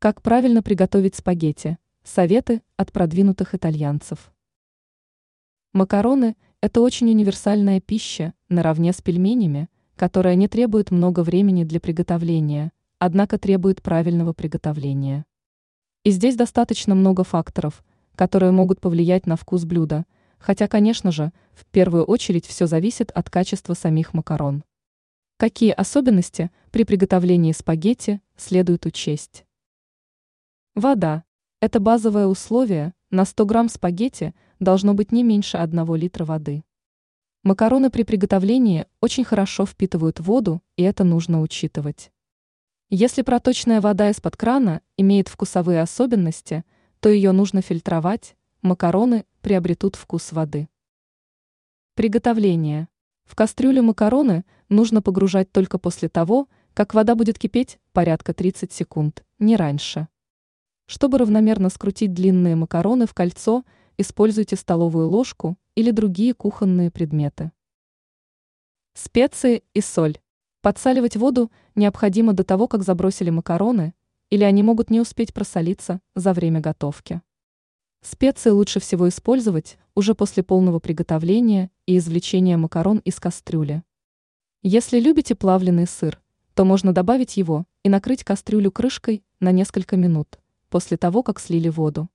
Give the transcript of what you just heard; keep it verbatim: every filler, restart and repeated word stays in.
Как правильно приготовить спагетти? Советы от продвинутых итальянцев. Макароны – это очень универсальная пища, наравне с пельменями, которая не требует много времени для приготовления, однако требует правильного приготовления. И здесь достаточно много факторов, которые могут повлиять на вкус блюда, хотя, конечно же, в первую очередь все зависит от качества самих макарон. Какие особенности при приготовлении спагетти следует учесть? Вода – это базовое условие, на сто грамм спагетти должно быть не меньше одного литра воды. Макароны при приготовлении очень хорошо впитывают воду, и это нужно учитывать. Если проточная вода из-под крана имеет вкусовые особенности, то ее нужно фильтровать, макароны приобретут вкус воды. Приготовление. В кастрюлю макароны нужно погружать только после того, как вода будет кипеть порядка тридцать секунд, не раньше. Чтобы равномерно скрутить длинные макароны в кольцо, используйте столовую ложку или другие кухонные предметы. Специи и соль. Подсаливать воду необходимо до того, как забросили макароны, или они могут не успеть просолиться за время готовки. Специи лучше всего использовать уже после полного приготовления и извлечения макарон из кастрюли. Если любите плавленый сыр, то можно добавить его и накрыть кастрюлю крышкой на несколько минут после того, как слили воду.